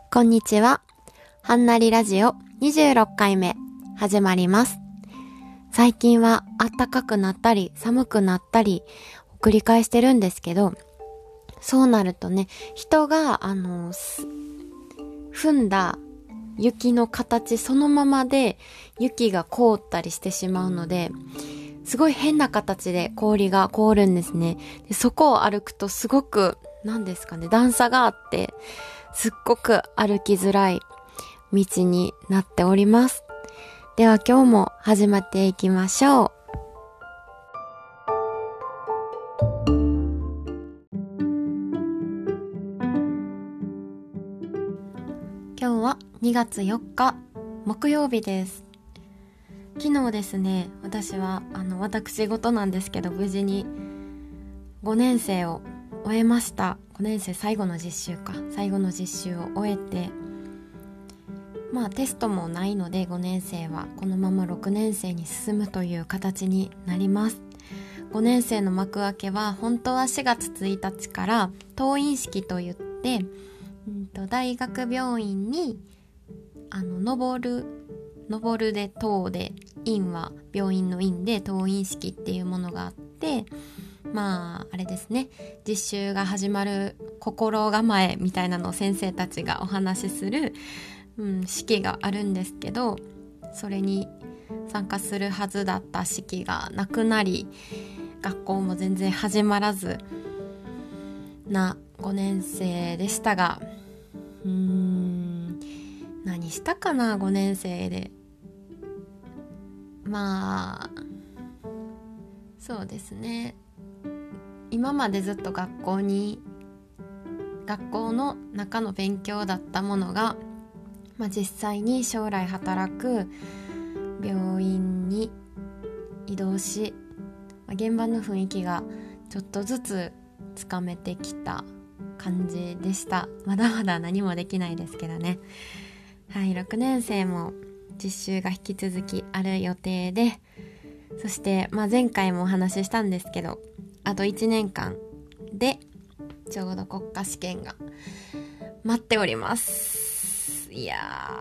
こんにちは。はんなりラジオ26回目始まります。最近は暖かくなったり寒くなったりを繰り返してるんですけど、そうなるとね、人が踏んだ雪の形そのままで雪が凍ったりしてしまうので、すごい変な形で氷が凍るんですね。でそこを歩くとすごく何ですかね、段差があってすっごく歩きづらい道になっております。では今日も始まっていきましょう。今日は2月4日木曜日です。昨日ですね、私事なんですけど無事に5年生を終えました。5年生最後の実習を終えて、テストもないので5年生はこのまま6年生に進むという形になります。5年生の幕開けは本当は4月1日から登院式といって、大学病院に登るで登で、院は病院の院で登院式っていうものがあって、あれですね、実習が始まる心構えみたいなのを先生たちがお話しする、式があるんですけど、それに参加するはずだった式がなくなり、学校も全然始まらずな5年生でしたが、何したかな5年生で。そうですね、今までずっと学校の中の勉強だったものが、実際に将来働く病院に移動し、現場の雰囲気がちょっとずつつかめてきた感じでした。まだまだ何もできないですけどね。はい、6年生も実習が引き続きある予定で、そして、前回もお話ししたんですけど、あと1年間でちょうど国家試験が待っております。いや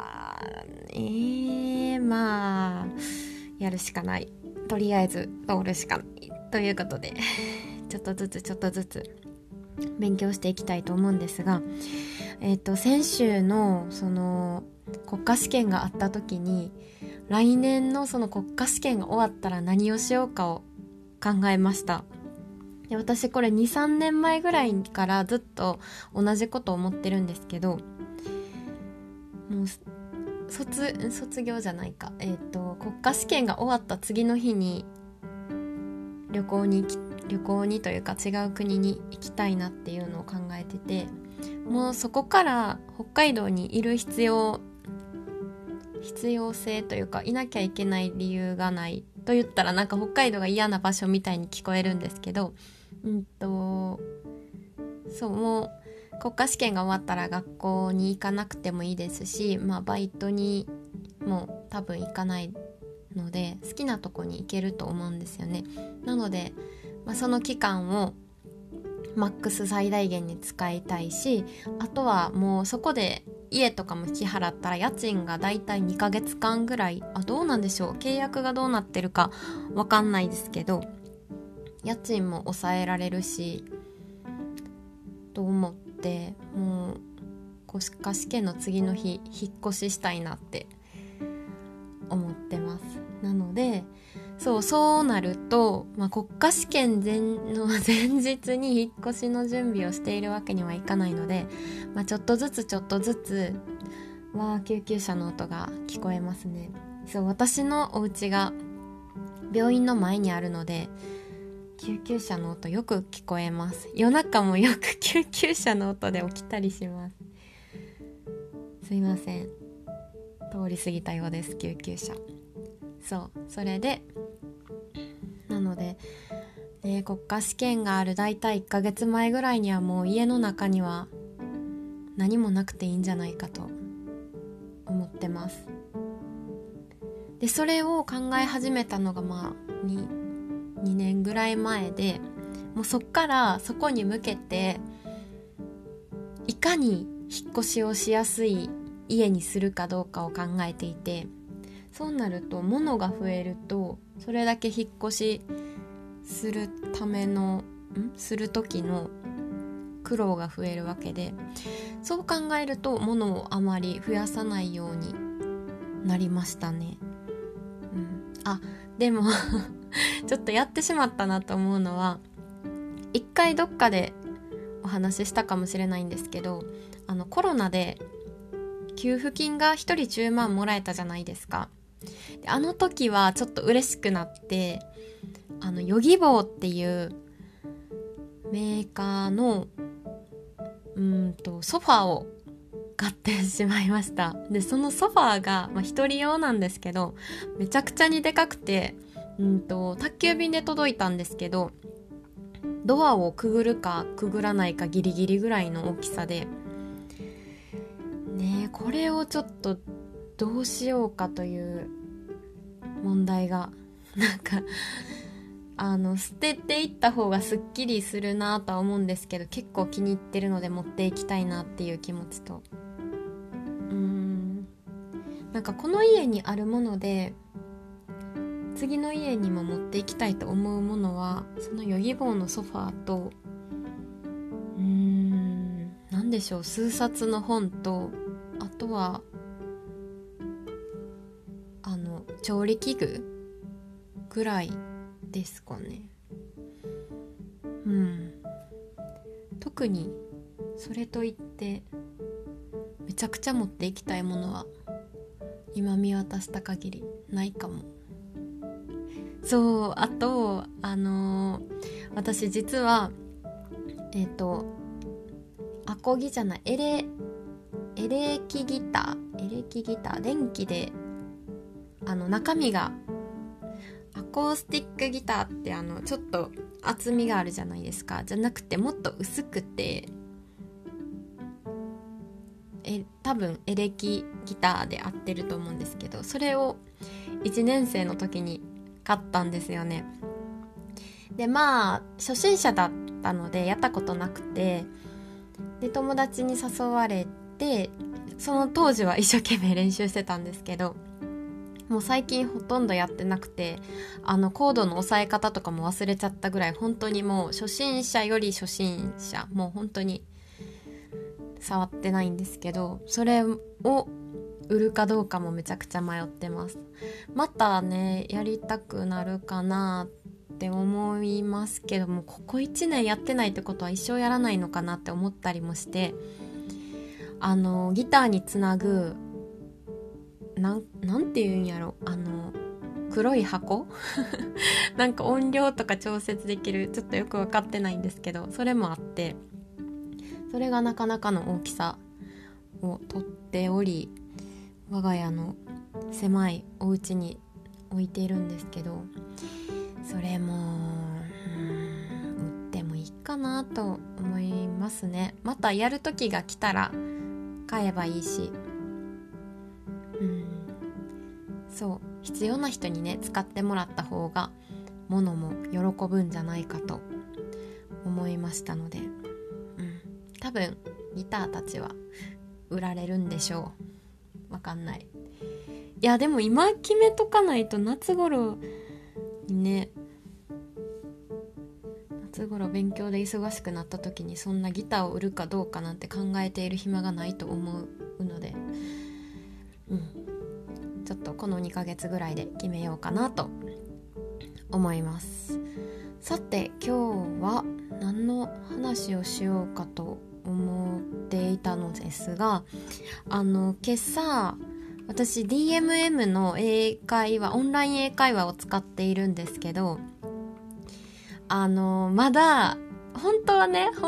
やるしかない。とりあえず通るしかないということで、ちょっとずつ勉強していきたいと思うんですが、先週のその国家試験があった時に、来年のその国家試験が終わったら何をしようかを考えました。で、私これ 2,3 年前ぐらいからずっと同じことを思ってるんですけど、もう卒業じゃないか、国家試験が終わった次の日に旅行にというか違う国に行きたいなっていうのを考えてて、もうそこから北海道にいる必要性というか、いなきゃいけない理由がないと言ったらなんか北海道が嫌な場所みたいに聞こえるんですけど、もう国家試験が終わったら学校に行かなくてもいいですし、バイトにも多分行かないので好きなとこに行けると思うんですよね。なので、その期間をマックス最大限に使いたいし、あとはもうそこで家とかも引き払ったら家賃がだいたい2ヶ月間ぐらい、どうなんでしょう、契約がどうなってるかわかんないですけど、家賃も抑えられるしと思って、もう国家試験の次の日引っ越ししたいなって思ってます。なのでそうなると、国家試験前日に引っ越しの準備をしているわけにはいかないので、ちょっとずつ救急車の音が聞こえますね。私のお家が病院の前にあるので救急車の音よく聞こえます。夜中もよく救急車の音で起きたりします。すいません、通り過ぎたようです、救急車。それでなので、国家試験があるだいたい1ヶ月前ぐらいにはもう家の中には何もなくていいんじゃないかと思ってます。でそれを考え始めたのが2年ぐらい前で、もうそっからそこに向けていかに引っ越しをしやすい家にするかどうかを考えていて、そうなると物が増えるとそれだけ引っ越しする時の苦労が増えるわけで、そう考えると物をあまり増やさないようになりましたね。でもちょっとやってしまったなと思うのは、一回どっかでお話ししたかもしれないんですけど、コロナで給付金が1人10万もらえたじゃないですか。であの時はちょっと嬉しくなって、ヨギボーっていうメーカーのソファーを買ってしまいました。でそのソファーが、一人用なんですけど、めちゃくちゃにでかくて、宅急便で届いたんですけど、ドアをくぐるかくぐらないかギリギリぐらいの大きさでね、これをちょっとどうしようかという問題が捨てていった方がすっきりするなとは思うんですけど、結構気に入ってるので持っていきたいなっていう気持ちと、この家にあるもので次の家にも持っていきたいと思うものは、そのヨギボーのソファーとなんでしょう、数冊の本と、あとは調理器具ぐらいですかね。特にそれといってめちゃくちゃ持っていきたいものは今見渡した限りないかも。そう、あと私実はアコギじゃない、エレキギター、電気で中身がアコースティックギターってちょっと厚みがあるじゃないですか。じゃなくてもっと薄くて、多分エレキギターで合ってると思うんですけど、それを1年生の時に買ったんですよね。で初心者だったのでやったことなくて、で友達に誘われて、その当時は一生懸命練習してたんですけど、もう最近ほとんどやってなくて、コードの押さえ方とかも忘れちゃったぐらい、本当にもう初心者より初心者、もう本当に触ってないんですけど、それを売るかどうかもめちゃくちゃ迷ってます。またねやりたくなるかなって思いますけども、ここ1年やってないってことは一生やらないのかなって思ったりもして、ギターにつなぐなんていうんやろ、黒い箱音量とか調節できる、ちょっとよく分かってないんですけど、それもあって、それがなかなかの大きさをとっており、我が家の狭いお家に置いているんですけど、それも売ってもいいかなと思いますね。またやる時が来たら買えばいいし、そう必要な人にね使ってもらった方が物も喜ぶんじゃないかと思いましたので、多分ギターたちは売られるんでしょう。わかんない。いやでも今決めとかないと夏頃にね、夏頃勉強で忙しくなった時にそんなギターを売るかどうかなんて考えている暇がないと思うので、ちょっとこの2ヶ月ぐらいで決めようかなと思います。さて今日は何の話をしようかと思っていたのですが、今朝私 DMM の英会話、オンライン英会話を使っているんですけど、まだ本当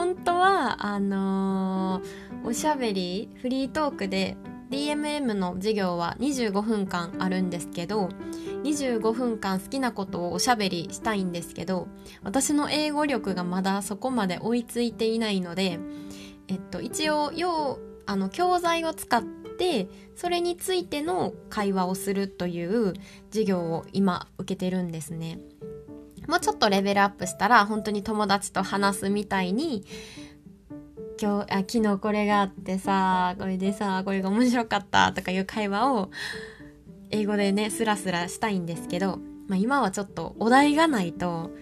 はおしゃべりフリートークで DMM の授業は25分間あるんですけど、25分間好きなことをおしゃべりしたいんですけど、私の英語力がまだそこまで追いついていないので、一応教材を使ってそれについての会話をするという授業を今受けてるんですね。もうちょっとレベルアップしたら本当に友達と話すみたいに昨日これがあってさ、これでさ、これが面白かったとかいう会話を英語でねスラスラしたいんですけど、今はちょっとお題がないと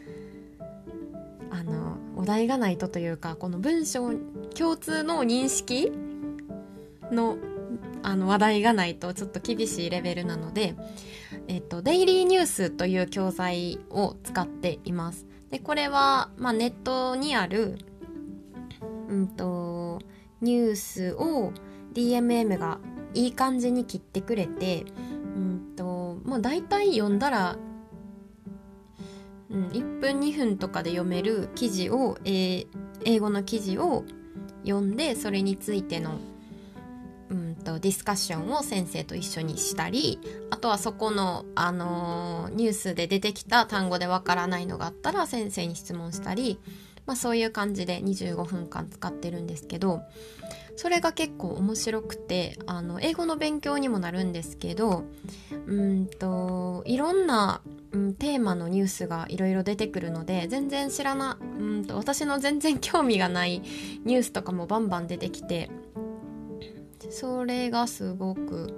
というか、この文章共通の認識の話題がないとちょっと厳しいレベルなので、デイリーニュースという教材を使っています。でこれは、ネットにあるニュースを DMM がいい感じに切ってくれて、だいたい読んだら、1分2分とかで読める記事を、英語の記事を読んで、それについてのディスカッションを先生と一緒にしたり、あとはそこの、ニュースで出てきた単語でわからないのがあったら先生に質問したり、そういう感じで25分間使ってるんですけど、それが結構面白くて、英語の勉強にもなるんですけど、いろんな、テーマのニュースがいろいろ出てくるので、全然私の全然興味がないニュースとかもバンバン出てきて、それがすごく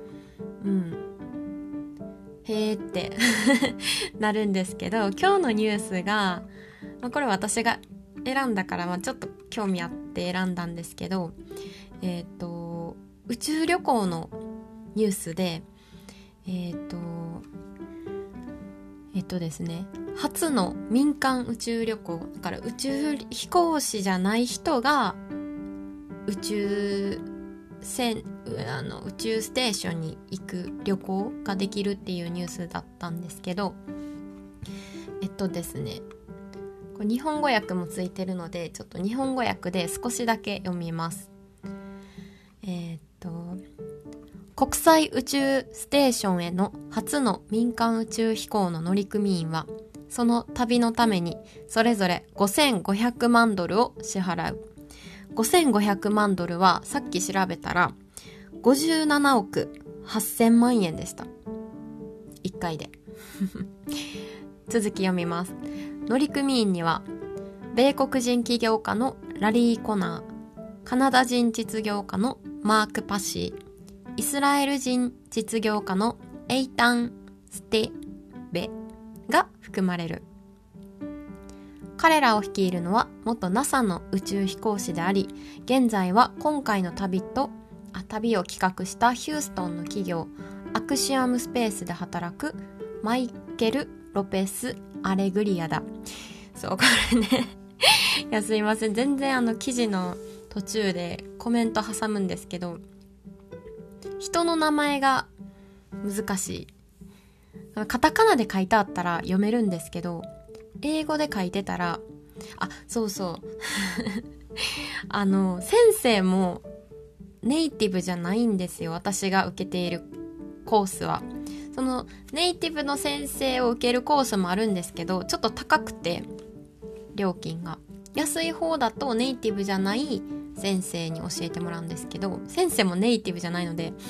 へーってなるんですけど、今日のニュースが、これ私が選んだから、ちょっと興味あって選んだんですけど、宇宙旅行のニュースで、ですね、初の民間宇宙旅行だから、宇宙飛行士じゃない人が宇宙ステーションに行く旅行ができるっていうニュースだったんですけど、ですね、これ日本語訳もついてるので、ちょっと日本語訳で少しだけ読みます。国際宇宙ステーションへの初の民間宇宙飛行の乗組員は、その旅のためにそれぞれ$5500万を支払う。$5500万はさっき調べたら57億8000万円でした。1回で続き読みます。乗組員には米国人起業家のラリー・コナー、カナダ人実業家のマーク・パシー、イスラエル人実業家のエイタン・ステベが含まれる。彼らを率いるのは元 NASA の宇宙飛行士であり、現在は今回の旅を企画したヒューストンの企業アクシアムスペースで働くマイケル・ロペス・アレグリアだ。そう、これねいやすいません、全然記事の途中でコメント挟むんですけど、人の名前が難しい。カタカナで書いてあったら読めるんですけど、英語で書いてたら、そうそう先生もネイティブじゃないんですよ、私が受けているコースは。そのネイティブの先生を受けるコースもあるんですけど、ちょっと高くて料金が安い方だとネイティブじゃない先生に教えてもらうんですけど、先生もネイティブじゃないので、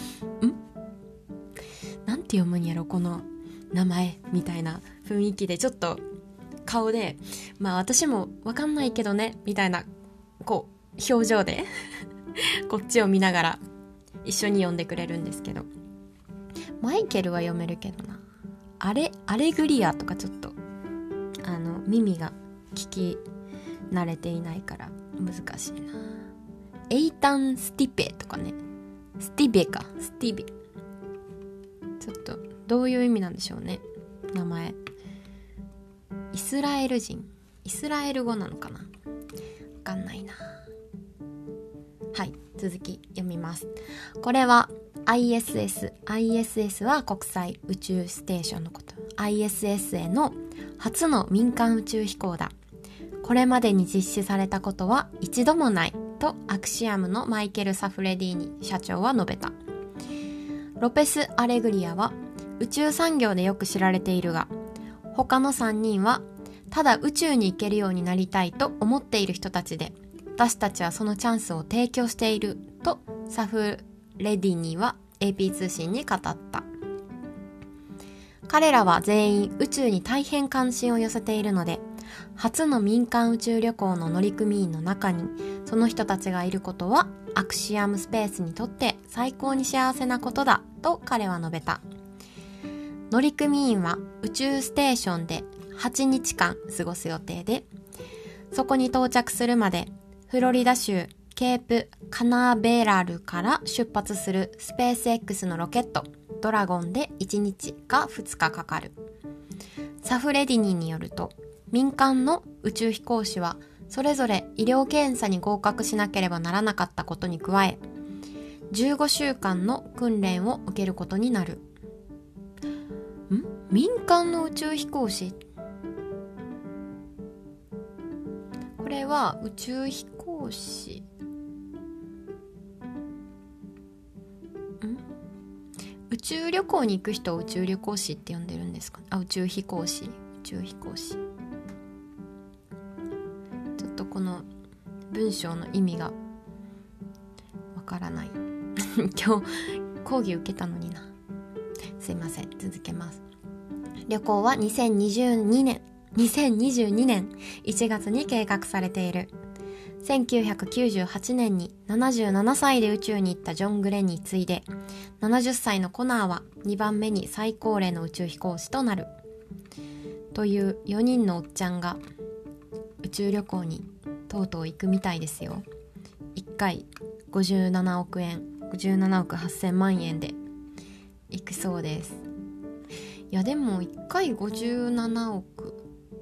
なんて読むんやろこの名前みたいな雰囲気で、ちょっと顔で私もわかんないけどねみたいなこう表情でこっちを見ながら一緒に読んでくれるんですけど、マイケルは読めるけどな、アレグリアとかちょっと耳が聞き慣れていないから難しいな。エイタン・スティペとかね、スティベ、ちょっとどういう意味なんでしょうね、名前。イスラエル語なのかな、わかんないな。はい、続き読みます。これは ISS は国際宇宙ステーションのこと。 ISS への初の民間宇宙飛行だ。これまでに実施されたことは一度もないとアクシアムのマイケル・サフレディーニ社長は述べた。ロペス・アレグリアは宇宙産業でよく知られているが、他の3人はただ宇宙に行けるようになりたいと思っている人たちで、私たちはそのチャンスを提供しているとサフレディニは AP 通信に語った。彼らは全員宇宙に大変関心を寄せているので、 初の民間宇宙旅行の乗組員の中にその人たちがいることはアクシアムスペースにとって最高に幸せなことだと彼は述べた。乗組員は宇宙ステーションで8日間過ごす予定で、そこに到着するまでフロリダ州ケープカナベラルから出発するスペース X のロケットドラゴンで1日か2日かかる。サフレディニによると、民間の宇宙飛行士はそれぞれ医療検査に合格しなければならなかったことに加え、15週間の訓練を受けることになる。民間の宇宙飛行士、これは宇宙飛行士宇宙旅行に行く人を宇宙旅行士って呼んでるんですか？宇宙飛行士、宇宙飛行士。ちょっとこの文章の意味がわからない今日講義受けたのにな。すいません、続けます。旅行は2022年1月に計画されている。1998年に77歳で宇宙に行ったジョン・グレンに次いで、70歳のコナーは2番目に最高齢の宇宙飛行士となる。という4人のおっちゃんが宇宙旅行にとうとう行くみたいですよ。1回57億円、57億8000万円で行くそうです。いやでも1回57億、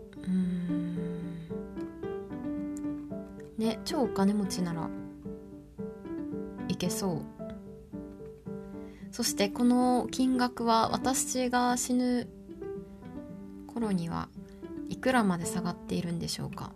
ね、超お金持ちならいけそう。そしてこの金額は私が死ぬ頃にはいくらまで下がっているんでしょうか。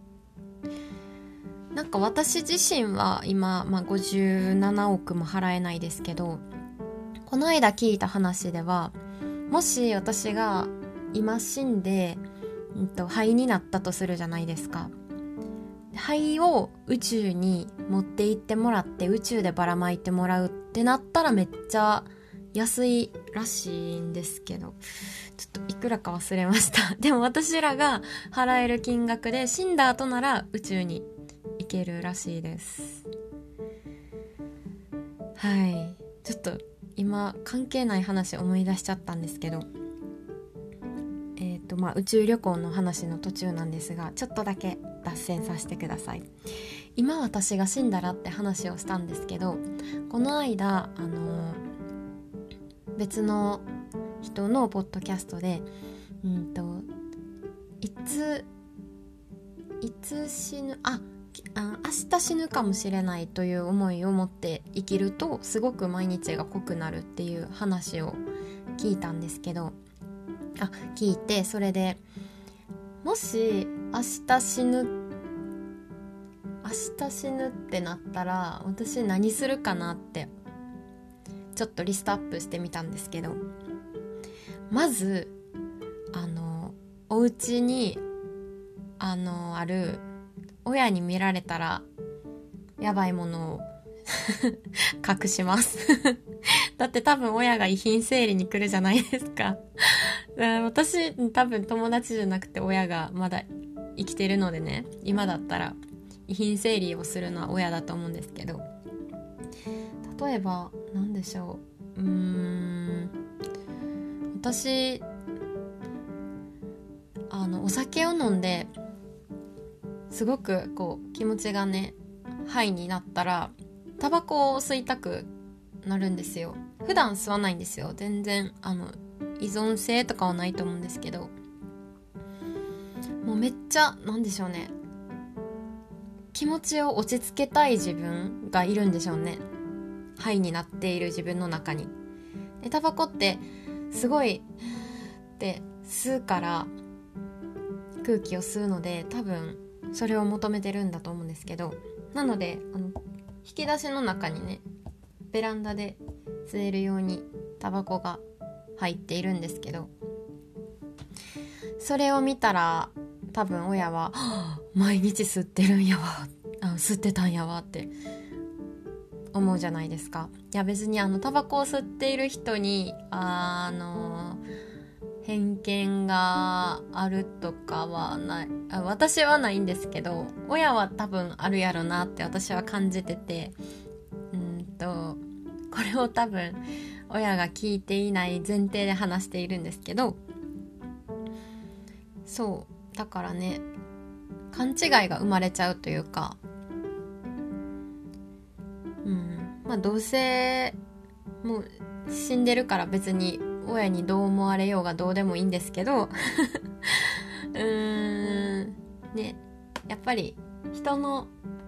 なんか私自身は今、57億も払えないですけど、この間聞いた話では、もし私が今死んで、灰になったとするじゃないですか。灰を宇宙に持って行ってもらって宇宙でばらまいてもらうってなったらめっちゃ安いらしいんですけど、ちょっといくらか忘れましたでも私らが払える金額で死んだ後なら宇宙に行けるらしいです。はい、ちょっと今関係ない話思い出しちゃったんですけど、宇宙旅行の話の途中なんですが、ちょっとだけ脱線させてください。今私が死んだらって話をしたんですけど、この間別の人のポッドキャストでいつ死ぬ明日死ぬかもしれないという思いを持って生きるとすごく毎日が濃くなるっていう話を聞いたんですけど、聞いて、それでもし明日死ぬってなったら私何するかなってちょっとリストアップしてみたんですけど、まずお家にある親に見られたらやばいものを隠しますだって多分親が遺品整理に来るじゃないですか私多分友達じゃなくて親がまだ生きてるのでね、今だったら遺品整理をするのは親だと思うんですけど、例えば何でしょう、私お酒を飲んですごくこう気持ちがねハイになったらタバコを吸いたくなるんですよ。普段吸わないんですよ、全然依存性とかはないと思うんですけど、もうめっちゃなんでしょうね、気持ちを落ち着けたい自分がいるんでしょうね、ハイになっている自分の中に。でタバコってすごいって吸うから空気を吸うので、多分それを求めてるんだと思うんですけど、なので引き出しの中にねベランダで吸えるようにタバコが入っているんですけど、それを見たら多分親は毎日吸ってるんやわ、吸ってたんやわって思うじゃないですか。いや別にタバコを吸っている人に偏見があるとかはない。私はないんですけど、親は多分あるやろなって私は感じてて、これを多分親が聞いていない前提で話しているんですけど、そうだからね、勘違いが生まれちゃうというか、まあどうせもう死んでるから別に親にどう思われようがどうでもいいんですけどね、やっぱり人の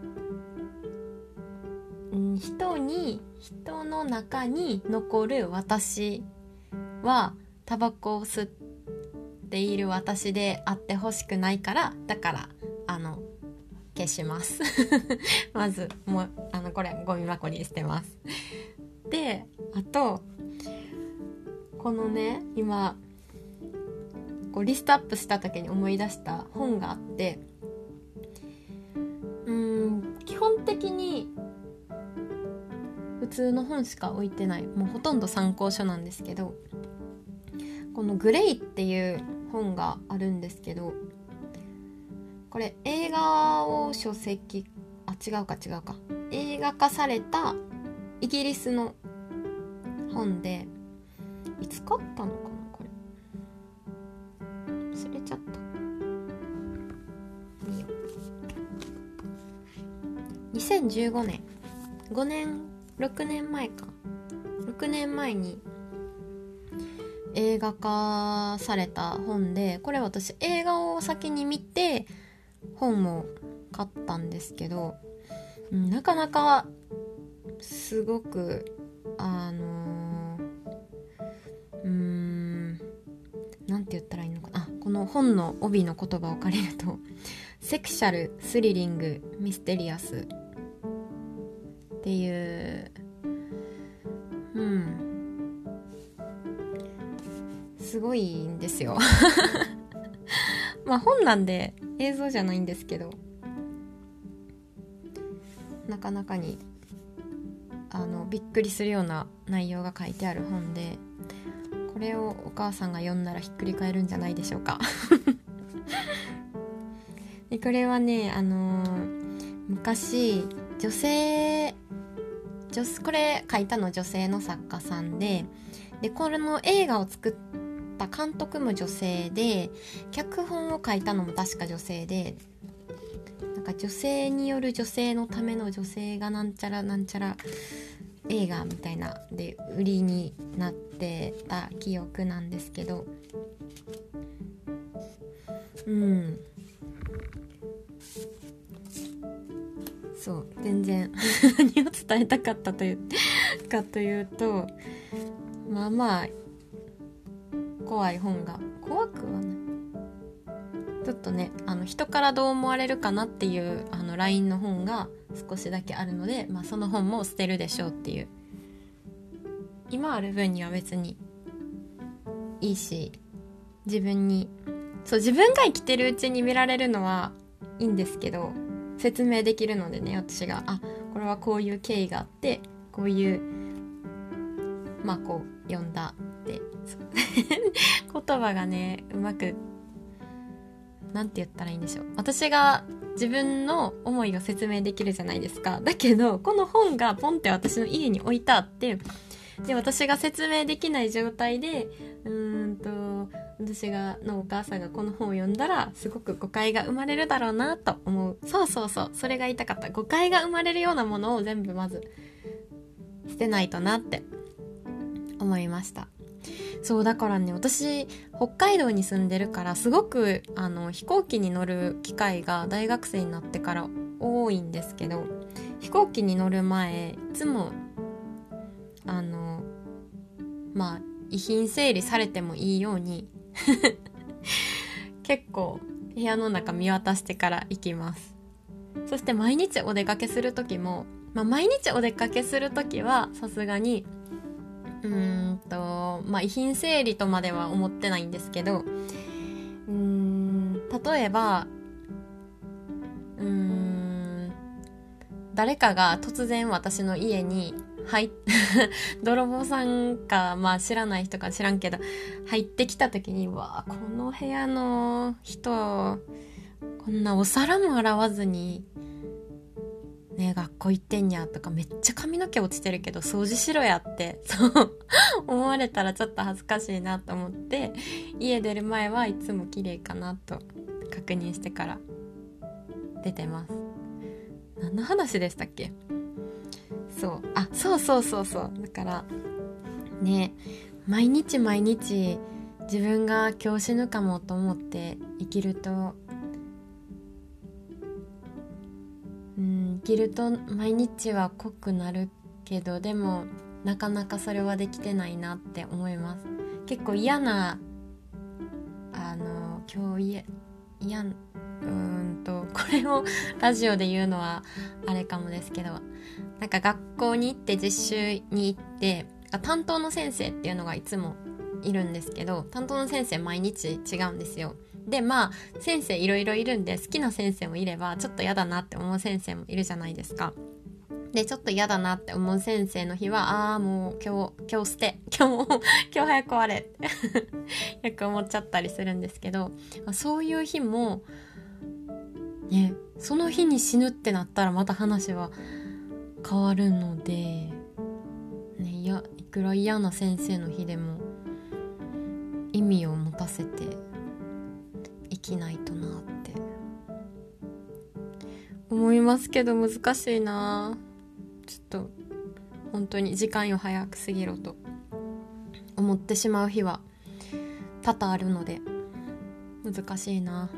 中に残る私はタバコを吸っている私であってほしくないから、だから消しますまずもうこれゴミ箱に捨てます。で、あとこのね、今こうリストアップした時に思い出した本があって、基本的に普通の本しか置いてない、もうほとんど参考書なんですけど、このグレイっていう本があるんですけど、これ映画を書籍違うか映画化されたイギリスの本で、いつ買ったのかな、これ忘れちゃった。2015年6年前か6年前に映画化された本で、これ私映画を先に見て本も買ったんですけど、なかなかすごくなんて言ったらいいのかな。この本の帯の言葉を借りると、セクシャル、スリリング、ミステリアスっていうすごいんですよまあ本なんで映像じゃないんですけど、なかなかにびっくりするような内容が書いてある本で、これをお母さんが読んだらひっくり返るんじゃないでしょうかでこれはね、昔これ書いたの女性の作家さんで、この映画を作った監督も女性で、脚本を書いたのも確か女性で、なんか女性による女性のための女性がなんちゃらなんちゃら映画みたいなで売りになってた記憶なんですけど、そう全然何を伝えたかったというと、まあまあ怖い本が、怖くはない、ちょっとね人からどう思われるかなっていうラインの本が少しだけあるので、その本も捨てるでしょうっていう、今ある分には別にいいし、自分が生きてるうちに見られるのはいいんですけど、説明できるのでね、私がこれはこういう経緯があってこういうこう読んだって言葉がねうまくなんて言ったらいいんでしょう。私が自分の思いを説明できるじゃないですか。だけどこの本がポンって私の家に置いてあって、で私が説明できない状態で私のお母さんがこの本を読んだらすごく誤解が生まれるだろうなと思う。そうそれが言いたかった。誤解が生まれるようなものを全部まず捨てないとなって思いました。そうだからね、私北海道に住んでるからすごく飛行機に乗る機会が大学生になってから多いんですけど、飛行機に乗る前いつも遺品整理されてもいいように結構部屋の中見渡してから行きます。そして毎日お出かけする時も、毎日お出かけする時はさすがに遺品整理とまでは思ってないんですけど、例えば誰かが突然私の家に泥棒さんか、まあ知らない人か知らんけど、入ってきた時に、わあ、この部屋の人、こんなお皿も洗わずに、ね、学校行ってんやとか、めっちゃ髪の毛落ちてるけど掃除しろやって、そう思われたらちょっと恥ずかしいなと思って、家出る前はいつも綺麗かなと確認してから出てます。何の話でしたっけ？そうだからね、毎日毎日自分が今日死ぬかもと思って生きると、生きると毎日は濃くなるけど、でもなかなかそれはできてないなって思います。結構嫌な今日これをラジオで言うのはあれかもですけど、なんか学校に行って実習に行って、担当の先生っていうのがいつもいるんですけど、担当の先生毎日違うんですよ。で、まあ先生いろいろいるんで、好きな先生もいればちょっと嫌だなって思う先生もいるじゃないですか。で、ちょっと嫌だなって思う先生の日は、もう今日捨て、今日早く終われってよく思っちゃったりするんですけど、そういう日もね、その日に死ぬってなったらまた話は変わるので、ね、いくら嫌な先生の日でも意味を持たせて生きないとなって思いますけど、難しいな。ちょっと本当に時間よ早く過ぎろと思ってしまう日は多々あるので難しいな。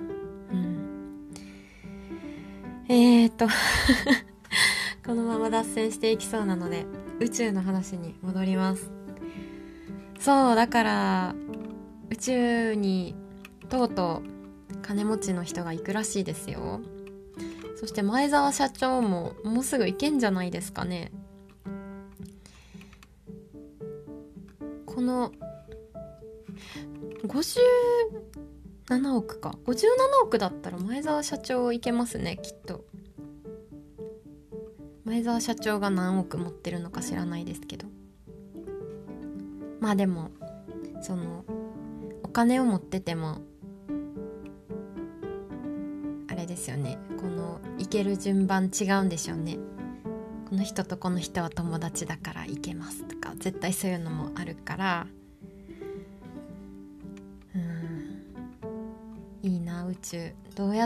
このまま脱線していきそうなので宇宙の話に戻ります。そうだから宇宙にとうとう金持ちの人が行くらしいですよ。そして前澤社長ももうすぐ行けんじゃないですかね。この57億か、57億だったら前澤社長行けますね、きっと。前澤社長が何億持ってるのか知らないですけど、まあでもそのお金を持っててもあれですよね、この行ける順番違うんでしょうね。この人とこの人は友達だから行けますとか、絶対そういうのもあるから、いいな宇宙。どういう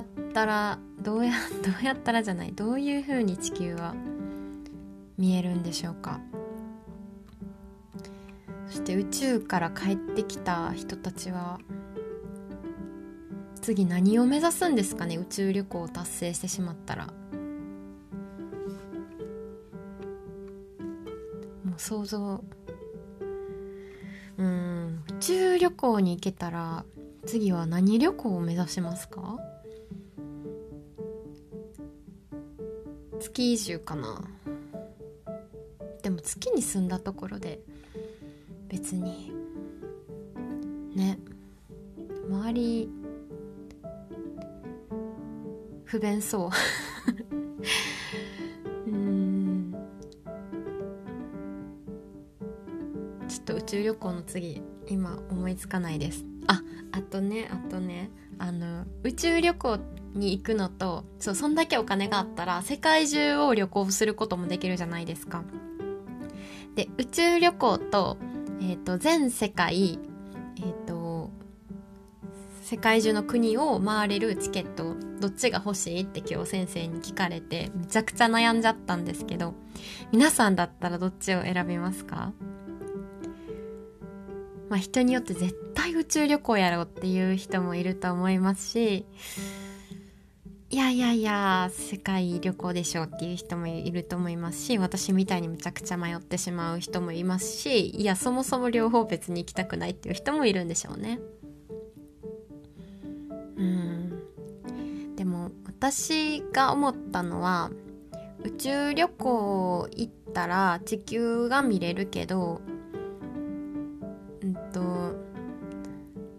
風に地球は見えるんでしょうか。そして宇宙から帰ってきた人たちは次何を目指すんですかね、宇宙旅行を達成してしまったら。もう想像、宇宙旅行に行けたら次は何旅行を目指しますか？月移住かな。でも月に住んだところで別にね、周り不便そうちょっと宇宙旅行の次今思いつかないです。あとね宇宙旅行に行くのと、そんだけお金があったら世界中を旅行することもできるじゃないですか。で、宇宙旅行と、全世界、世界中の国を回れるチケットどっちが欲しいって今日先生に聞かれてめちゃくちゃ悩んじゃったんですけど、皆さんだったらどっちを選びますか？まあ人によって絶対宇宙旅行やろうっていう人もいると思いますし、いや世界旅行でしょうっていう人もいると思いますし、私みたいにめちゃくちゃ迷ってしまう人もいますし、いやそもそも両方別に行きたくないっていう人もいるんでしょうね。でも私が思ったのは、宇宙旅行行ったら地球が見れるけど、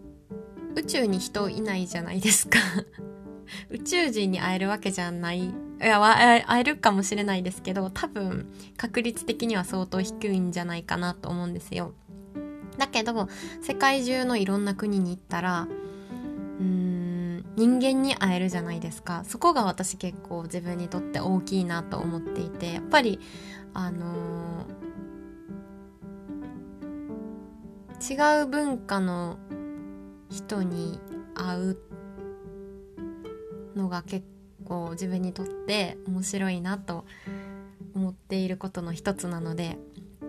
宇宙に人いないじゃないですか宇宙人に会えるわけじゃないいや、会えるかもしれないですけど、多分確率的には相当低いんじゃないかなと思うんですよ。だけど世界中のいろんな国に行ったら人間に会えるじゃないですか。そこが私結構自分にとって大きいなと思っていて、やっぱり違う文化の人に会うのが結構自分にとって面白いなと思っていることの一つなので、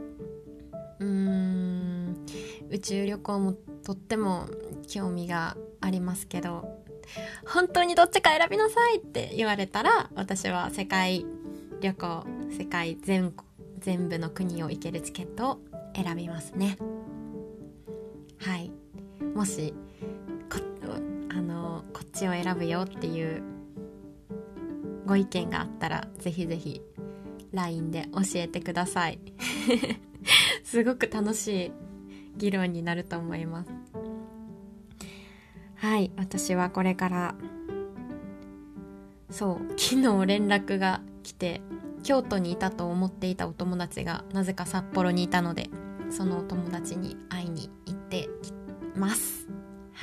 宇宙旅行もとっても興味がありますけど、本当にどっちか選びなさいって言われたら、私は世界旅行、世界全部の国を行けるチケットを選びますね。はい。もしこっちを選ぶよっていうご意見があったら、ぜひぜひ LINE で教えてください。すごく楽しい議論になると思います。はい、私はこれから昨日連絡が来て、京都にいたと思っていたお友達がなぜか札幌にいたので、そのお友達に会いに行ってきます。はい。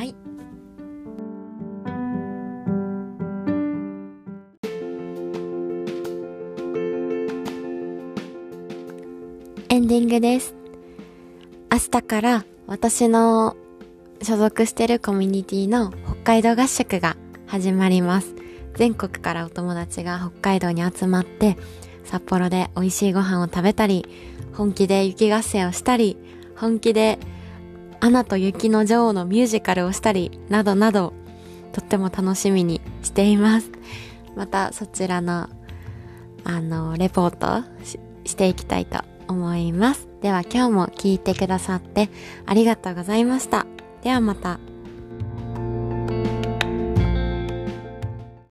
エンディングです。明日から私の所属しているコミュニティの北海道合宿が始まります。全国からお友達が北海道に集まって、札幌で美味しいご飯を食べたり、本気で雪合戦をしたり、本気でアナと雪の女王のミュージカルをしたり、などなど、とっても楽しみにしています。またそちらのレポートしていきたいと思います。では今日も聞いてくださってありがとうございました。ではまた。